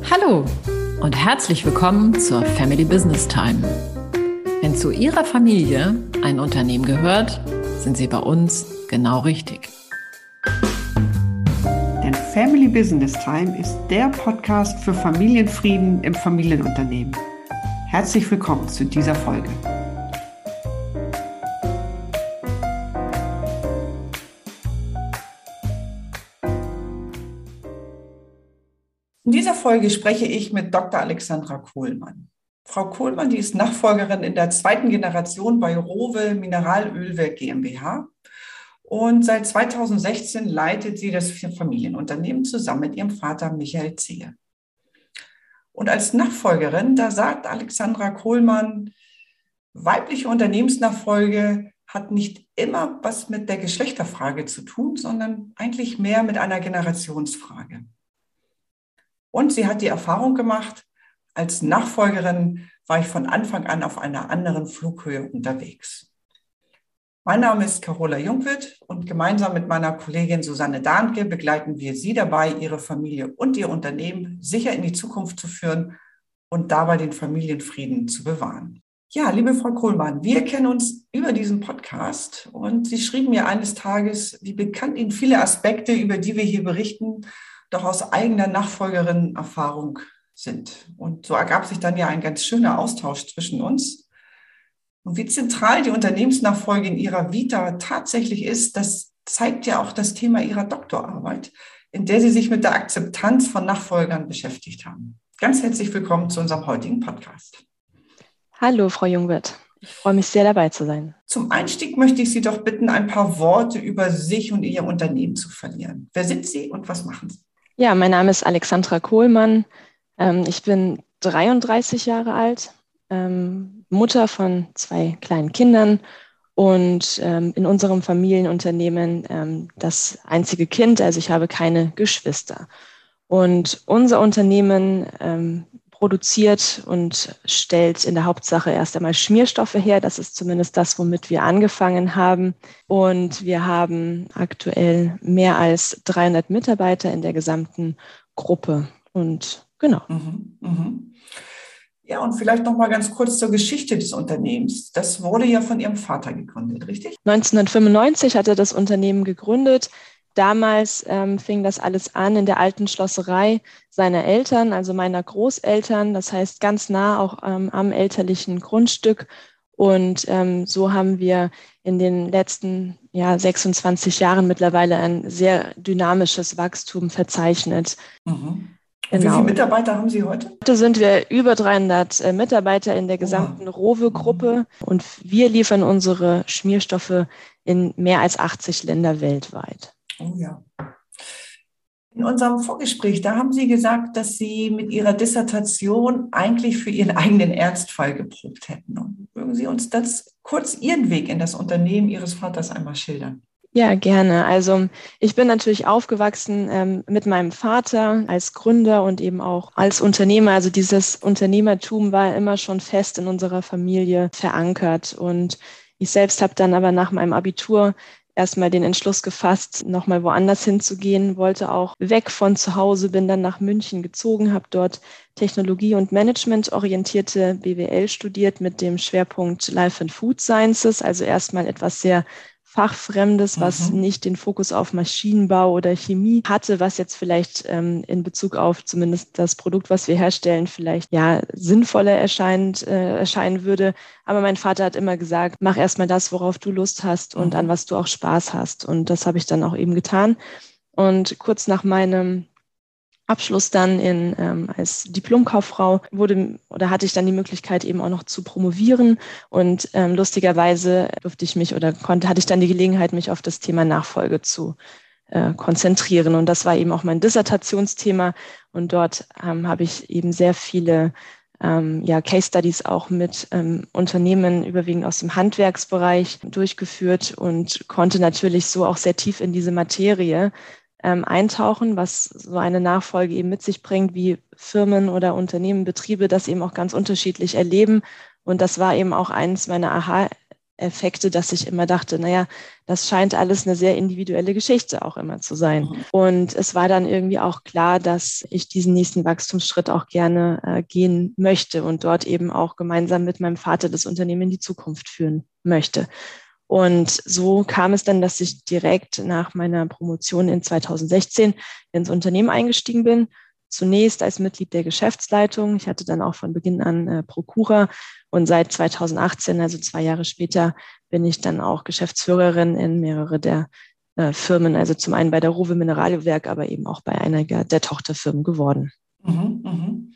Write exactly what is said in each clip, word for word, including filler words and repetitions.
Hallo und herzlich willkommen zur Family Business Time. Wenn zu Ihrer Familie ein Unternehmen gehört, sind Sie bei uns genau richtig. Denn Family Business Time ist der Podcast für Familienfrieden im Familienunternehmen. Herzlich willkommen zu dieser Folge. In dieser Folge spreche ich mit Doktor Alexandra Kohlmann. Frau Kohlmann, die ist Nachfolgerin in der zweiten Generation bei Rowe Mineralölwerk GmbH und seit zweitausendsechzehn leitet sie das Familienunternehmen zusammen mit ihrem Vater Michael Zehe. Und als Nachfolgerin, da sagt Alexandra Kohlmann, weibliche Unternehmensnachfolge hat nicht immer was mit der Geschlechterfrage zu tun, sondern eigentlich mehr mit einer Generationsfrage. Und sie hat die Erfahrung gemacht, als Nachfolgerin war ich von Anfang an auf einer anderen Flughöhe unterwegs. Mein Name ist Carola Jungwirth und gemeinsam mit meiner Kollegin Susanne Dahnke begleiten wir Sie dabei, Ihre Familie und Ihr Unternehmen sicher in die Zukunft zu führen und dabei den Familienfrieden zu bewahren. Ja, liebe Frau Kohlmann, wir kennen uns über diesen Podcast und Sie schrieben mir eines Tages, wie bekannt Ihnen viele Aspekte, über die wir hier berichten, doch aus eigener Nachfolgerin-Erfahrung sind. Und so ergab sich dann ja ein ganz schöner Austausch zwischen uns. Und wie zentral die Unternehmensnachfolge in Ihrer Vita tatsächlich ist, das zeigt ja auch das Thema Ihrer Doktorarbeit, in der Sie sich mit der Akzeptanz von Nachfolgern beschäftigt haben. Ganz herzlich willkommen zu unserem heutigen Podcast. Hallo, Frau Jungwirth. Ich freue mich sehr, dabei zu sein. Zum Einstieg möchte ich Sie doch bitten, ein paar Worte über sich und Ihr Unternehmen zu verlieren. Wer sind Sie und was machen Sie? Ja, mein Name ist Alexandra Kohlmann. Ich bin dreiunddreißig Jahre alt, Mutter von zwei kleinen Kindern und in unserem Familienunternehmen das einzige Kind, also ich habe keine Geschwister. Und unser Unternehmen produziert und stellt in der Hauptsache erst einmal Schmierstoffe her. Das ist zumindest das, womit wir angefangen haben. Und wir haben aktuell mehr als dreihundert Mitarbeiter in der gesamten Gruppe. Und genau. Mhm, mhm. Ja, und vielleicht noch mal ganz kurz zur Geschichte des Unternehmens. Das wurde ja von Ihrem Vater gegründet, richtig? neunzehnhundertfünfundneunzig hat er das Unternehmen gegründet. Damals ähm, fing das alles an in der alten Schlosserei seiner Eltern, also meiner Großeltern, das heißt ganz nah auch ähm, am elterlichen Grundstück. Und ähm, so haben wir in den letzten ja, sechsundzwanzig Jahren mittlerweile ein sehr dynamisches Wachstum verzeichnet. Mhm. Und Genau. Wie viele Mitarbeiter haben Sie heute? Heute sind wir über dreihundert äh, Mitarbeiter in der gesamten oh. Rowe-Gruppe und wir liefern unsere Schmierstoffe in mehr als achtzig Länder weltweit. Oh ja. In unserem Vorgespräch, da haben Sie gesagt, dass Sie mit Ihrer Dissertation eigentlich für Ihren eigenen Ernstfall geprobt hätten. Und mögen Sie uns das kurz Ihren Weg in das Unternehmen Ihres Vaters einmal schildern? Ja, gerne. Also ich bin natürlich aufgewachsen ähm, mit meinem Vater als Gründer und eben auch als Unternehmer. Also dieses Unternehmertum war immer schon fest in unserer Familie verankert. Und ich selbst habe dann aber nach meinem Abitur erstmal den Entschluss gefasst, nochmal woanders hinzugehen, wollte auch weg von zu Hause, bin dann nach München gezogen, habe dort Technologie- und Management-orientierte B W L studiert mit dem Schwerpunkt Life and Food Sciences, also erstmal etwas sehr Fachfremdes, was mhm. nicht den Fokus auf Maschinenbau oder Chemie hatte, was jetzt vielleicht ähm, in Bezug auf zumindest das Produkt, was wir herstellen, vielleicht ja sinnvoller erscheint, äh, erscheinen würde. Aber mein Vater hat immer gesagt, mach erstmal das, worauf du Lust hast und mhm. an was du auch Spaß hast. Und das habe ich dann auch eben getan. Und kurz nach meinem Abschluss dann in, ähm, als Diplomkauffrau wurde oder hatte ich dann die Möglichkeit eben auch noch zu promovieren und ähm, lustigerweise durfte ich mich oder konnte hatte ich dann die Gelegenheit, mich auf das Thema Nachfolge zu äh, konzentrieren und das war eben auch mein Dissertationsthema und dort ähm, habe ich eben sehr viele ähm, ja, Case Studies auch mit ähm, Unternehmen überwiegend aus dem Handwerksbereich durchgeführt und konnte natürlich so auch sehr tief in diese Materie Ähm, eintauchen, was so eine Nachfolge eben mit sich bringt, wie Firmen oder Unternehmen, Betriebe das eben auch ganz unterschiedlich erleben. Und das war eben auch eines meiner Aha- Effekte, dass ich immer dachte, naja, das scheint alles eine sehr individuelle Geschichte auch immer zu sein. Und es war dann irgendwie auch klar, dass ich diesen nächsten Wachstumsschritt auch gerne äh, gehen möchte und dort eben auch gemeinsam mit meinem Vater das Unternehmen in die Zukunft führen möchte. Und so kam es dann, dass ich direkt nach meiner Promotion in zweitausendsechzehn ins Unternehmen eingestiegen bin. Zunächst als Mitglied der Geschäftsleitung. Ich hatte dann auch von Beginn an äh, Prokura und seit zweitausendachtzehn, also zwei Jahre später, bin ich dann auch Geschäftsführerin in mehrere der äh, Firmen, also zum einen bei der Rowe Mineralölwerk, aber eben auch bei einer der Tochterfirmen geworden. Mhm, mhm.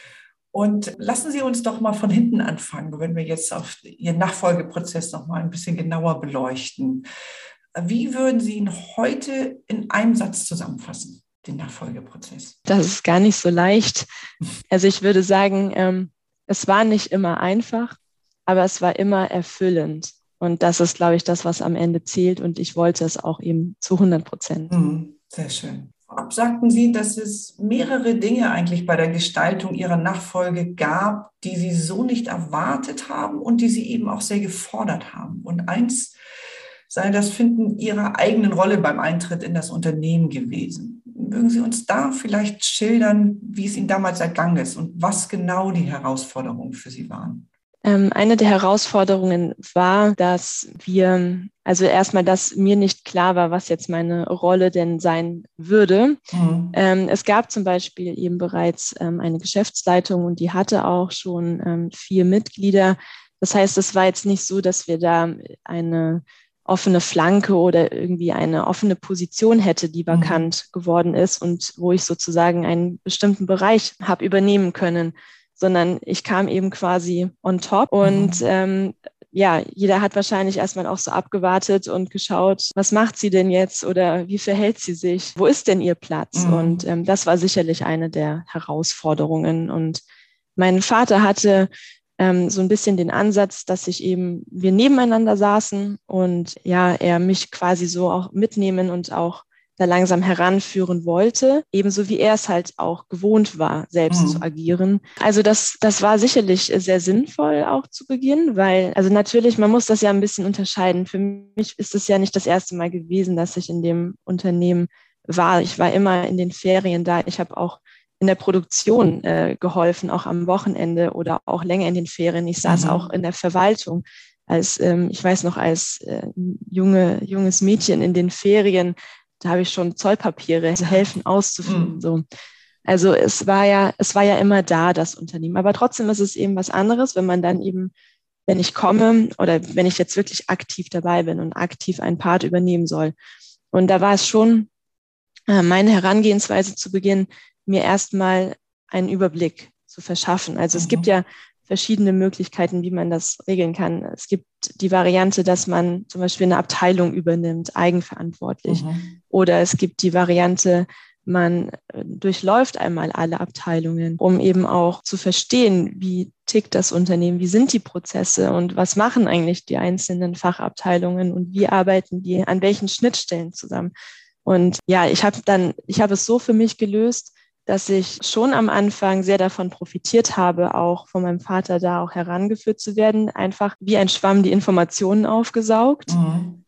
Und lassen Sie uns doch mal von hinten anfangen, wenn wir jetzt auf Ihren Nachfolgeprozess noch mal ein bisschen genauer beleuchten. Wie würden Sie ihn heute in einem Satz zusammenfassen? Den Nachfolgeprozess? Das ist gar nicht so leicht. Also ich würde sagen, ähm, es war nicht immer einfach, aber es war immer erfüllend. Und das ist, glaube ich, das, was am Ende zählt. Und ich wollte es auch eben zu hundert Prozent. Mhm, sehr schön. Vorab sagten Sie, dass es mehrere Dinge eigentlich bei der Gestaltung Ihrer Nachfolge gab, die Sie so nicht erwartet haben und die Sie eben auch sehr gefordert haben. Und eins sei das Finden Ihrer eigenen Rolle beim Eintritt in das Unternehmen gewesen. Mögen Sie uns da vielleicht schildern, wie es Ihnen damals ergangen ist und was genau die Herausforderungen für Sie waren? Ähm, eine der Herausforderungen war, dass wir, also erstmal, dass mir nicht klar war, was jetzt meine Rolle denn sein würde. Mhm. Ähm, es gab zum Beispiel eben bereits ähm, eine Geschäftsleitung und die hatte auch schon ähm, vier Mitglieder. Das heißt, es war jetzt nicht so, dass wir da eine offene Flanke oder irgendwie eine offene Position hätte, die vakant mhm. geworden ist und wo ich sozusagen einen bestimmten Bereich habe übernehmen können, sondern ich kam eben quasi on top und mhm. ähm, ja, jeder hat wahrscheinlich erstmal auch so abgewartet und geschaut, was macht sie denn jetzt oder wie verhält sie sich? Wo ist denn ihr Platz? Mhm. Und ähm, das war sicherlich eine der Herausforderungen. Und mein Vater hatte ähm, so ein bisschen den Ansatz, dass ich eben, wir nebeneinander saßen und ja, er mich quasi so auch mitnehmen und auch da langsam heranführen wollte, ebenso wie er es halt auch gewohnt war, selbst mhm. zu agieren. Also das, das war sicherlich sehr sinnvoll auch zu Beginn, weil, also natürlich, man muss das ja ein bisschen unterscheiden. Für mich ist es ja nicht das erste Mal gewesen, dass ich in dem Unternehmen war. Ich war immer in den Ferien da. Ich habe auch in der Produktion äh, geholfen, auch am Wochenende oder auch länger in den Ferien. Ich saß mhm. auch in der Verwaltung. Als, ähm, ich weiß noch, als äh, junge, junges Mädchen in den Ferien, da habe ich schon Zollpapiere also helfen auszufüllen. Mhm. So. Also es war ja, es war ja immer da, das Unternehmen. Aber trotzdem ist es eben was anderes, wenn man dann eben, wenn ich komme oder wenn ich jetzt wirklich aktiv dabei bin und aktiv einen Part übernehmen soll. Und da war es schon äh, meine Herangehensweise zu Beginn, mir erstmal einen Überblick zu verschaffen. Also mhm. es gibt ja verschiedene Möglichkeiten, wie man das regeln kann. Es gibt die Variante, dass man zum Beispiel eine Abteilung übernimmt, eigenverantwortlich. Mhm. Oder es gibt die Variante, man durchläuft einmal alle Abteilungen, um eben auch zu verstehen, wie tickt das Unternehmen, wie sind die Prozesse und was machen eigentlich die einzelnen Fachabteilungen und wie arbeiten die, an welchen Schnittstellen zusammen. Und ja, ich habe dann, ich habe es so für mich gelöst, dass ich schon am Anfang sehr davon profitiert habe, auch von meinem Vater da auch herangeführt zu werden, einfach wie ein Schwamm die Informationen aufgesaugt mhm.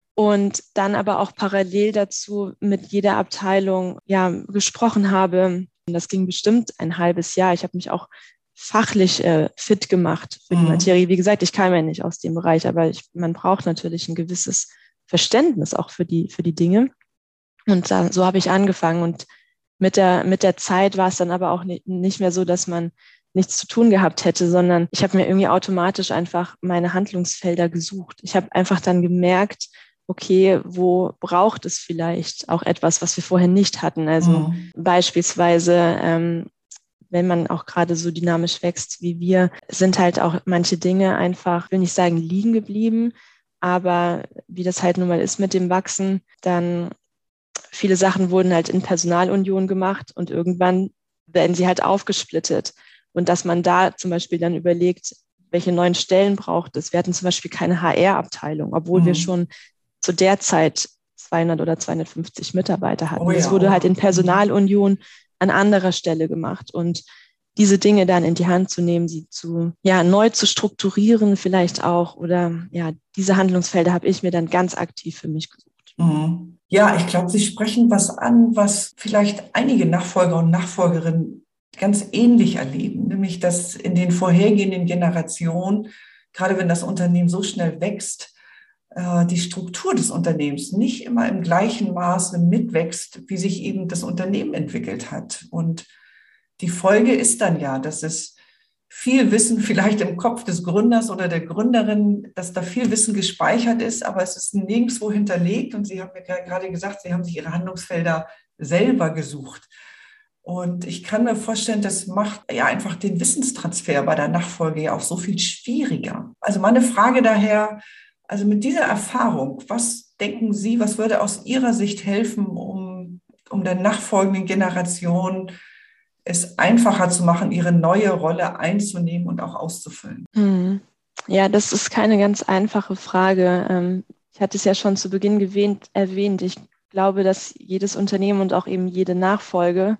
und dann aber auch parallel dazu mit jeder Abteilung ja gesprochen habe. Und das ging bestimmt ein halbes Jahr. Ich habe mich auch fachlich äh, fit gemacht für mhm. die Materie. Wie gesagt, ich kam ja nicht aus dem Bereich, aber ich, man braucht natürlich ein gewisses Verständnis auch für die, für die Dinge. Und da, so habe ich angefangen und Mit der, mit der Zeit war es dann aber auch nicht mehr so, dass man nichts zu tun gehabt hätte, sondern ich habe mir irgendwie automatisch einfach meine Handlungsfelder gesucht. Ich habe einfach dann gemerkt, okay, wo braucht es vielleicht auch etwas, was wir vorher nicht hatten? Also mhm. beispielsweise, ähm, wenn man auch gerade so dynamisch wächst wie wir, sind halt auch manche Dinge einfach, will nicht sagen liegen geblieben, aber wie das halt nun mal ist mit dem Wachsen, dann viele Sachen wurden halt in Personalunion gemacht und irgendwann werden sie halt aufgesplittet. Und dass man da zum Beispiel dann überlegt, welche neuen Stellen braucht es. Wir hatten zum Beispiel keine H R-Abteilung, obwohl mhm. wir schon zu der Zeit zweihundert oder zweihundertfünfzig Mitarbeiter hatten. Oh ja, das wurde halt in Personalunion an anderer Stelle gemacht. Und diese Dinge dann in die Hand zu nehmen, sie zu, ja, neu zu strukturieren vielleicht auch. Oder ja, diese Handlungsfelder habe ich mir dann ganz aktiv für mich gesucht. Mhm. Ja, ich glaube, Sie sprechen was an, was vielleicht einige Nachfolger und Nachfolgerinnen ganz ähnlich erleben, nämlich dass in den vorhergehenden Generationen, gerade wenn das Unternehmen so schnell wächst, die Struktur des Unternehmens nicht immer im gleichen Maße mitwächst, wie sich eben das Unternehmen entwickelt hat. Und die Folge ist dann ja, dass es viel Wissen vielleicht im Kopf des Gründers oder der Gründerin, dass da viel Wissen gespeichert ist, aber es ist nirgendwo hinterlegt. Und Sie haben mir gerade gesagt, Sie haben sich Ihre Handlungsfelder selber gesucht. Und ich kann mir vorstellen, das macht ja einfach den Wissenstransfer bei der Nachfolge ja auch so viel schwieriger. Also meine Frage daher, also mit dieser Erfahrung, was denken Sie, was würde aus Ihrer Sicht helfen, um, um der nachfolgenden Generation es einfacher zu machen, ihre neue Rolle einzunehmen und auch auszufüllen? Hm. Ja, das ist keine ganz einfache Frage. Ich hatte es ja schon zu Beginn erwähnt. Ich glaube, dass jedes Unternehmen und auch eben jede Nachfolge,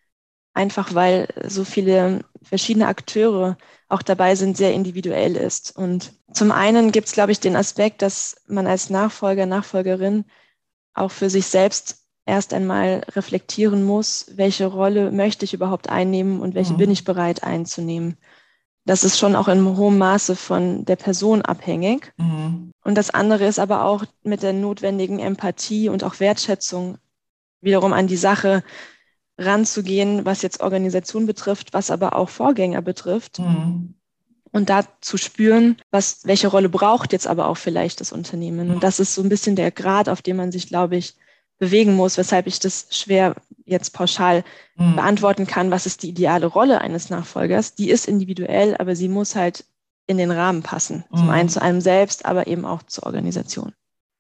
einfach weil so viele verschiedene Akteure auch dabei sind, sehr individuell ist. Und zum einen gibt es, glaube ich, den Aspekt, dass man als Nachfolger, Nachfolgerin auch für sich selbst erst einmal reflektieren muss, welche Rolle möchte ich überhaupt einnehmen und welche mhm. bin ich bereit einzunehmen. Das ist schon auch in hohem Maße von der Person abhängig. Mhm. Und das andere ist aber auch mit der notwendigen Empathie und auch Wertschätzung wiederum an die Sache ranzugehen, was jetzt Organisation betrifft, was aber auch Vorgänger betrifft. Mhm. Und da zu spüren, was, welche Rolle braucht jetzt aber auch vielleicht das Unternehmen. Und das ist so ein bisschen der Grad, auf dem man sich, glaube ich, bewegen muss, weshalb ich das schwer jetzt pauschal mhm. beantworten kann, was ist die ideale Rolle eines Nachfolgers. Die ist individuell, aber sie muss halt in den Rahmen passen. Mhm. Zum einen zu einem selbst, aber eben auch zur Organisation.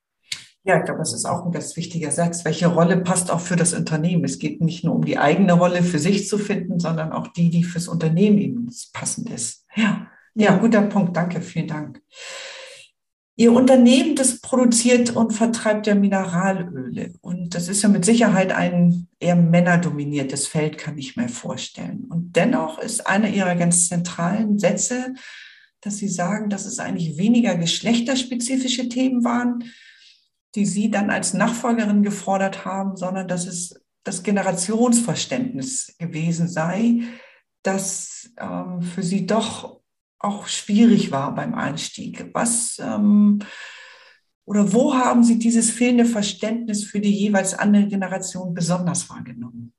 Ja, ich glaube, das ist auch ein ganz wichtiger Satz. Welche Rolle passt auch für das Unternehmen? Es geht nicht nur um die eigene Rolle für sich zu finden, sondern auch die, die fürs Unternehmen eben passend ist. Ja, ja, guter Punkt. Danke, vielen Dank. Ihr Unternehmen, das produziert und vertreibt ja Mineralöle. Und das ist ja mit Sicherheit ein eher männerdominiertes Feld, kann ich mir vorstellen. Und dennoch ist einer Ihrer ganz zentralen Sätze, dass Sie sagen, dass es eigentlich weniger geschlechterspezifische Themen waren, die Sie dann als Nachfolgerin gefordert haben, sondern dass es das Generationsverständnis gewesen sei, das ähm, für Sie doch auch schwierig war beim Einstieg. Was ähm, oder wo haben Sie dieses fehlende Verständnis für die jeweils andere Generation besonders wahrgenommen?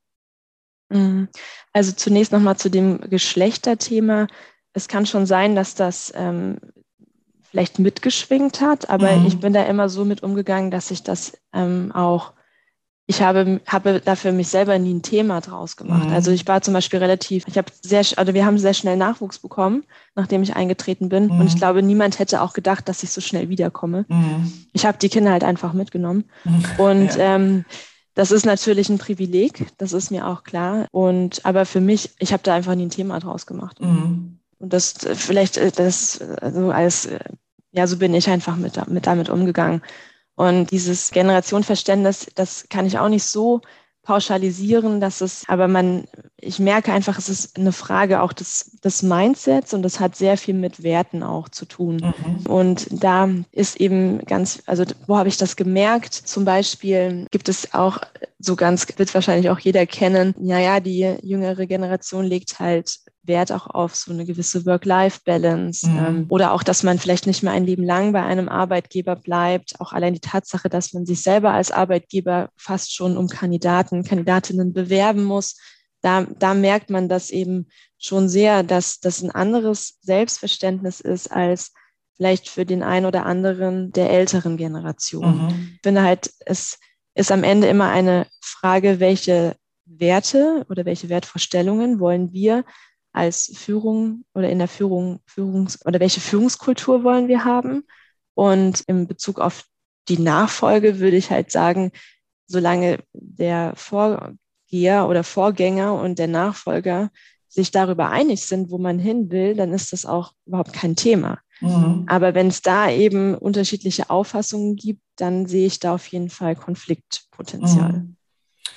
Also zunächst nochmal zu dem Geschlechterthema. Es kann schon sein, dass das ähm, vielleicht mitgeschwingt hat, aber mhm. ich bin da immer so mit umgegangen, dass ich das ähm, auch, ich habe, habe dafür mich selber nie ein Thema draus gemacht. Mhm. Also ich war zum Beispiel relativ, ich habe sehr, also wir haben sehr schnell Nachwuchs bekommen, nachdem ich eingetreten bin. Mhm. Und ich glaube, niemand hätte auch gedacht, dass ich so schnell wiederkomme. Mhm. Ich habe die Kinder halt einfach mitgenommen. Mhm. Und ja. ähm, das ist natürlich ein Privileg, das ist mir auch klar. Und aber für mich, ich habe da einfach nie ein Thema draus gemacht. Mhm. Und das vielleicht, das also als, ja, so bin ich einfach mit, mit damit umgegangen. Und dieses Generationenverständnis, das kann ich auch nicht so pauschalisieren, dass es, aber man, ich merke einfach, es ist eine Frage auch des, des Mindsets und das hat sehr viel mit Werten auch zu tun. Mhm. Und da ist eben ganz, also wo habe ich das gemerkt? Zum Beispiel gibt es auch so ganz, wird wahrscheinlich auch jeder kennen, naja, die jüngere Generation legt halt Wert auch auf so eine gewisse Work-Life-Balance mhm. ähm, oder auch, dass man vielleicht nicht mehr ein Leben lang bei einem Arbeitgeber bleibt. Auch allein die Tatsache, dass man sich selber als Arbeitgeber fast schon um Kandidaten, Kandidatinnen bewerben muss, da, da merkt man das eben schon sehr, dass das ein anderes Selbstverständnis ist als vielleicht für den einen oder anderen der älteren Generation. Mhm. Ich finde halt, es ist am Ende immer eine Frage, welche Werte oder welche Wertvorstellungen wollen wir als Führung oder in der Führung, Führungs- oder welche Führungskultur wollen wir haben? Und in Bezug auf die Nachfolge würde ich halt sagen, solange der Vorgeher oder Vorgänger und der Nachfolger sich darüber einig sind, wo man hin will, dann ist das auch überhaupt kein Thema. Mhm. Aber wenn es da eben unterschiedliche Auffassungen gibt, dann sehe ich da auf jeden Fall Konfliktpotenzial. Mhm.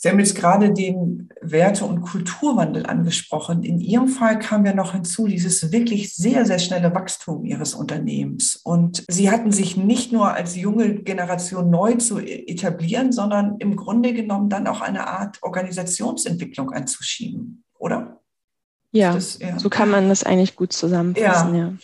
Sie haben jetzt gerade den Werte- und Kulturwandel angesprochen. In Ihrem Fall kam ja noch hinzu dieses wirklich sehr, sehr schnelle Wachstum Ihres Unternehmens. Und Sie hatten sich nicht nur als junge Generation neu zu etablieren, sondern im Grunde genommen dann auch eine Art Organisationsentwicklung anzuschieben, oder? Ja, Das, ja. so kann man das eigentlich gut zusammenfassen, Ja. ja.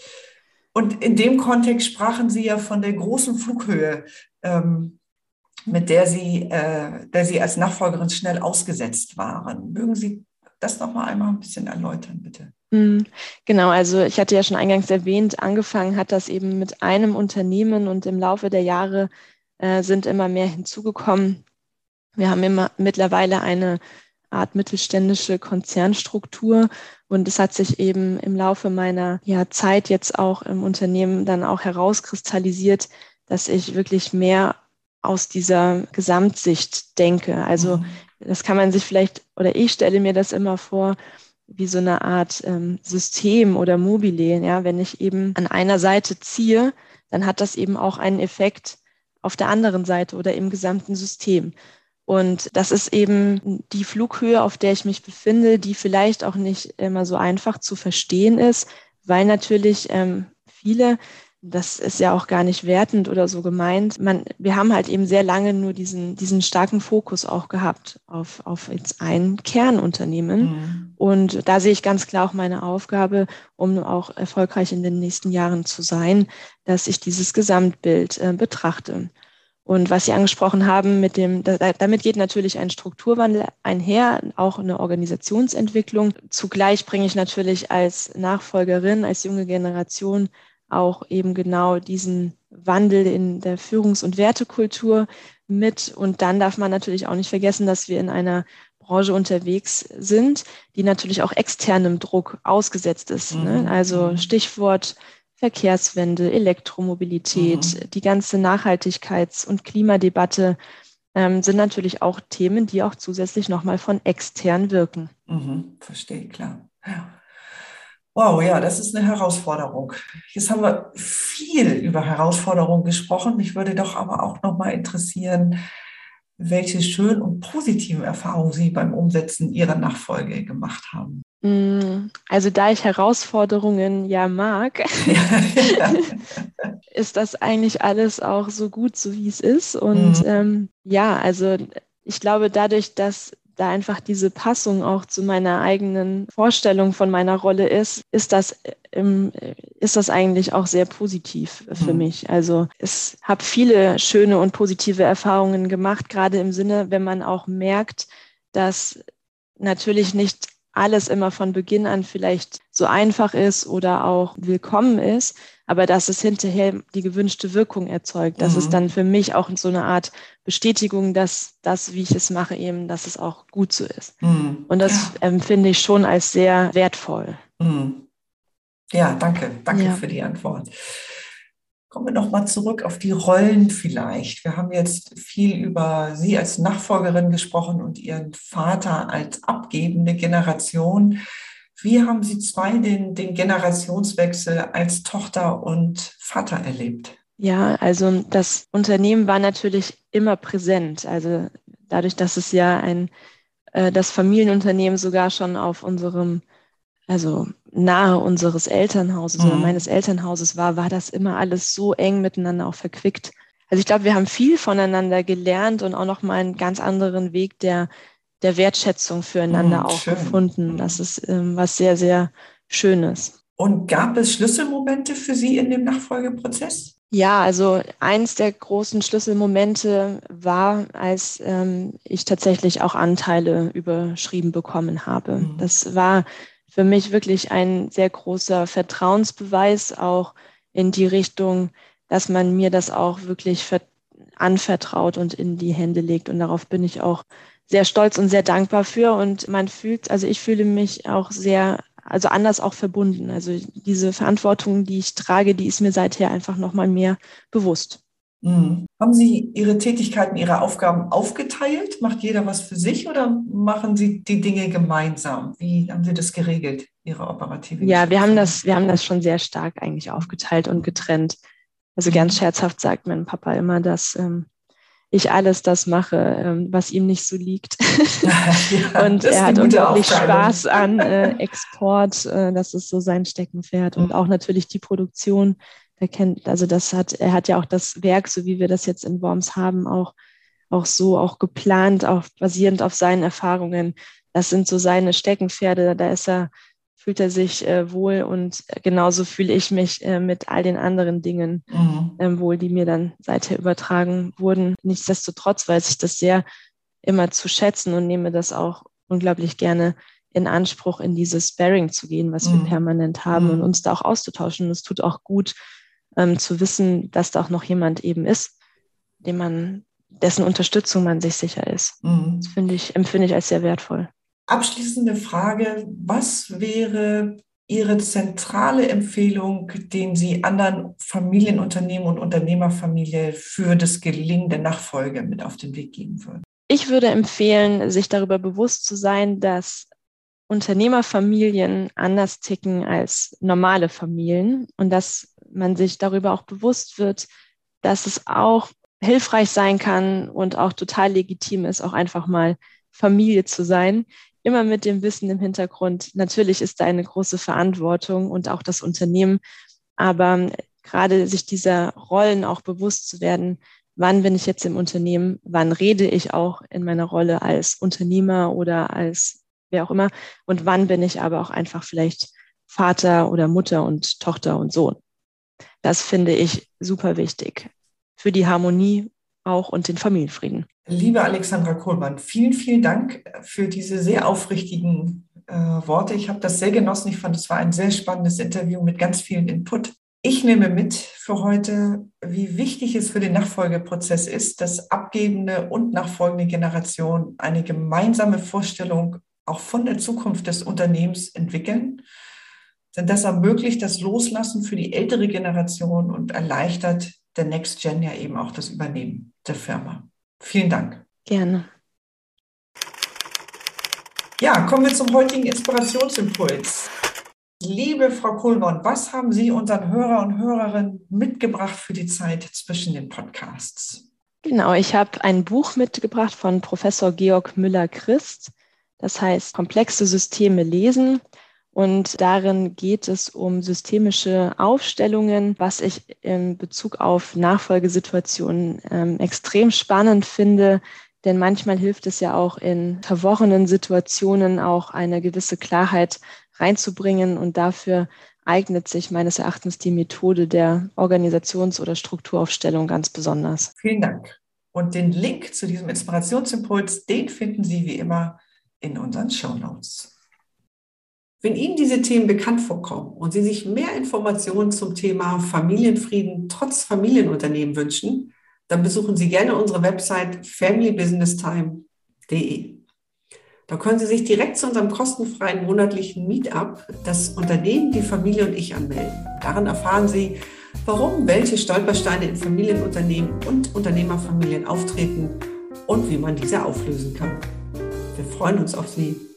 Und in dem Kontext sprachen Sie ja von der großen Flughöhe, ähm, mit der Sie, äh, der Sie als Nachfolgerin schnell ausgesetzt waren. Mögen Sie das noch mal einmal ein bisschen erläutern, bitte? Genau, also ich hatte ja schon eingangs erwähnt, angefangen hat das eben mit einem Unternehmen und im Laufe der Jahre äh, sind immer mehr hinzugekommen. Wir haben immer mittlerweile eine Art mittelständische Konzernstruktur und es hat sich eben im Laufe meiner ja, Zeit jetzt auch im Unternehmen dann auch herauskristallisiert, dass ich wirklich mehr aus dieser Gesamtsicht denke. Also mhm. das kann man sich vielleicht, oder ich stelle mir das immer vor, wie so eine Art ähm, System oder Mobile. Ja? Wenn ich eben an einer Seite ziehe, dann hat das eben auch einen Effekt auf der anderen Seite oder im gesamten System. Und das ist eben die Flughöhe, auf der ich mich befinde, die vielleicht auch nicht immer so einfach zu verstehen ist, weil natürlich ähm, viele, das ist ja auch gar nicht wertend oder so gemeint, man, wir haben halt eben sehr lange nur diesen, diesen starken Fokus auch gehabt auf, auf jetzt ein Kernunternehmen. Mhm. Und da sehe ich ganz klar auch meine Aufgabe, um auch erfolgreich in den nächsten Jahren zu sein, dass ich dieses Gesamtbild äh, betrachte. Und was Sie angesprochen haben, mit dem, damit geht natürlich ein Strukturwandel einher, auch eine Organisationsentwicklung. Zugleich bringe ich natürlich als Nachfolgerin, als junge Generation auch eben genau diesen Wandel in der Führungs- und Wertekultur mit. Und dann darf man natürlich auch nicht vergessen, dass wir in einer Branche unterwegs sind, die natürlich auch externem Druck ausgesetzt ist. Mhm. Ne? Also Stichwort Verkehrswende, Elektromobilität, mhm. die ganze Nachhaltigkeits- und Klimadebatte ähm, sind natürlich auch Themen, die auch zusätzlich nochmal von extern wirken. Mhm, verstehe, klar. Ja. Wow, ja, das ist eine Herausforderung. Jetzt haben wir viel über Herausforderungen gesprochen. Mich würde doch aber auch nochmal interessieren, welche schönen und positiven Erfahrungen Sie beim Umsetzen Ihrer Nachfolge gemacht haben. Also da ich Herausforderungen ja mag, ist das eigentlich alles auch so gut, so wie es ist. Und mhm. ähm, ja, also ich glaube dadurch, dass da einfach diese Passung auch zu meiner eigenen Vorstellung von meiner Rolle ist, ist das, ähm, ist das eigentlich auch sehr positiv für mhm. mich. Also ich habe viele schöne und positive Erfahrungen gemacht, gerade im Sinne, wenn man auch merkt, dass natürlich nicht alles immer von Beginn an vielleicht so einfach ist oder auch willkommen ist, aber dass es hinterher die gewünschte Wirkung erzeugt. Das mhm. ist dann für mich auch so eine Art Bestätigung, dass das, wie ich es mache, eben, dass es auch gut so ist. Mhm. Und das ja. empfinde ich schon als sehr wertvoll. Mhm. Ja, danke. Danke ja. für die Antwort. Kommen wir nochmal zurück auf die Rollen vielleicht. Wir haben jetzt viel über Sie als Nachfolgerin gesprochen und Ihren Vater als abgebende Generation. Wie haben Sie zwei den, den Generationswechsel als Tochter und Vater erlebt? Ja, also das Unternehmen war natürlich immer präsent. Also dadurch, dass es ja ein, äh, das Familienunternehmen sogar schon auf unserem also nahe unseres Elternhauses mhm. oder meines Elternhauses war, war das immer alles so eng miteinander auch verquickt. Also ich glaube, wir haben viel voneinander gelernt und auch nochmal einen ganz anderen Weg der, der Wertschätzung füreinander mhm, auch schön. gefunden. Das ist ähm, was sehr, sehr Schönes. Und gab es Schlüsselmomente für Sie in dem Nachfolgeprozess? Ja, also eins der großen Schlüsselmomente war, als ähm, ich tatsächlich auch Anteile überschrieben bekommen habe. Mhm. Das war für mich wirklich ein sehr großer Vertrauensbeweis auch in die Richtung, dass man mir das auch wirklich anvertraut und in die Hände legt. Und darauf bin ich auch sehr stolz und sehr dankbar für. Und man fühlt, also ich fühle mich auch sehr, also anders auch verbunden. Also diese Verantwortung, die ich trage, die ist mir seither einfach nochmal mehr bewusst. Mhm. Haben Sie Ihre Tätigkeiten, Ihre Aufgaben aufgeteilt? Macht jeder was für sich oder machen Sie die Dinge gemeinsam? Wie haben Sie das geregelt, Ihre operative Ja, wir haben das, wir haben das schon sehr stark eigentlich aufgeteilt und getrennt. Also ganz scherzhaft sagt mein Papa immer, dass ähm, ich alles das mache, was ihm nicht so liegt. Ja, und er hat unglaublich Aufteilung. Spaß an äh, Export. Äh, das ist so sein Steckenpferd. Und auch natürlich die Produktion. Er kennt, also das hat, er hat ja auch das Werk, so wie wir das jetzt in Worms haben, auch, auch so auch geplant, auch basierend auf seinen Erfahrungen. Das sind so seine Steckenpferde. Da ist er, fühlt er sich äh, wohl, und genauso fühle ich mich äh, mit all den anderen Dingen Mhm. ähm, wohl, die mir dann seither übertragen wurden. Nichtsdestotrotz weiß ich das sehr immer zu schätzen und nehme das auch unglaublich gerne in Anspruch, in dieses Sparring zu gehen, was Mhm. wir permanent haben, Mhm. und uns da auch auszutauschen. Und es tut auch gut, ähm, zu wissen, dass da auch noch jemand eben ist, dem man, dessen Unterstützung man sich sicher ist. Mhm. Das finde ich, empfinde ich als sehr wertvoll. Abschließende Frage: Was wäre Ihre zentrale Empfehlung, den Sie anderen Familienunternehmen und Unternehmerfamilie für das Gelingen der Nachfolge mit auf den Weg geben würden? Ich würde empfehlen, sich darüber bewusst zu sein, dass Unternehmerfamilien anders ticken als normale Familien und dass man sich darüber auch bewusst wird, dass es auch hilfreich sein kann und auch total legitim ist, auch einfach mal Familie zu sein. Immer mit dem Wissen im Hintergrund, natürlich ist da eine große Verantwortung und auch das Unternehmen, aber gerade sich dieser Rollen auch bewusst zu werden, wann bin ich jetzt im Unternehmen, wann rede ich auch in meiner Rolle als Unternehmer oder als wer auch immer, und wann bin ich aber auch einfach vielleicht Vater oder Mutter und Tochter und Sohn. Das finde ich super wichtig für die Harmonie auch und den Familienfrieden. Liebe Alexandra Kohlmann, vielen, vielen Dank für diese sehr aufrichtigen äh, Worte. Ich habe das sehr genossen. Ich fand, es war ein sehr spannendes Interview mit ganz vielen Input. Ich nehme mit für heute, wie wichtig es für den Nachfolgeprozess ist, dass abgebende und nachfolgende Generationen eine gemeinsame Vorstellung auch von der Zukunft des Unternehmens entwickeln. Denn das ermöglicht das Loslassen für die ältere Generation und erleichtert der Next Gen ja eben auch das Übernehmen der Firma. Vielen Dank. Gerne. Ja, kommen wir zum heutigen Inspirationsimpuls. Liebe Frau Kohlmann, was haben Sie unseren Hörer und Hörerinnen mitgebracht für die Zeit zwischen den Podcasts? Genau, ich habe ein Buch mitgebracht von Professor Georg Müller-Christ. Das heißt Komplexe Systeme lesen. Und darin geht es um systemische Aufstellungen, was ich in Bezug auf Nachfolgesituationen ähm, extrem spannend finde. Denn manchmal hilft es ja auch in verworrenen Situationen auch eine gewisse Klarheit reinzubringen. Und dafür eignet sich meines Erachtens die Methode der Organisations- oder Strukturaufstellung ganz besonders. Vielen Dank. Und den Link zu diesem Inspirationsimpuls, den finden Sie wie immer in unseren Shownotes. Wenn Ihnen diese Themen bekannt vorkommen und Sie sich mehr Informationen zum Thema Familienfrieden trotz Familienunternehmen wünschen, dann besuchen Sie gerne unsere Website family business time punkt de. Da können Sie sich direkt zu unserem kostenfreien monatlichen Meetup, das Unternehmen, die Familie und ich, anmelden. Darin erfahren Sie, warum welche Stolpersteine in Familienunternehmen und Unternehmerfamilien auftreten und wie man diese auflösen kann. Wir freuen uns auf Sie.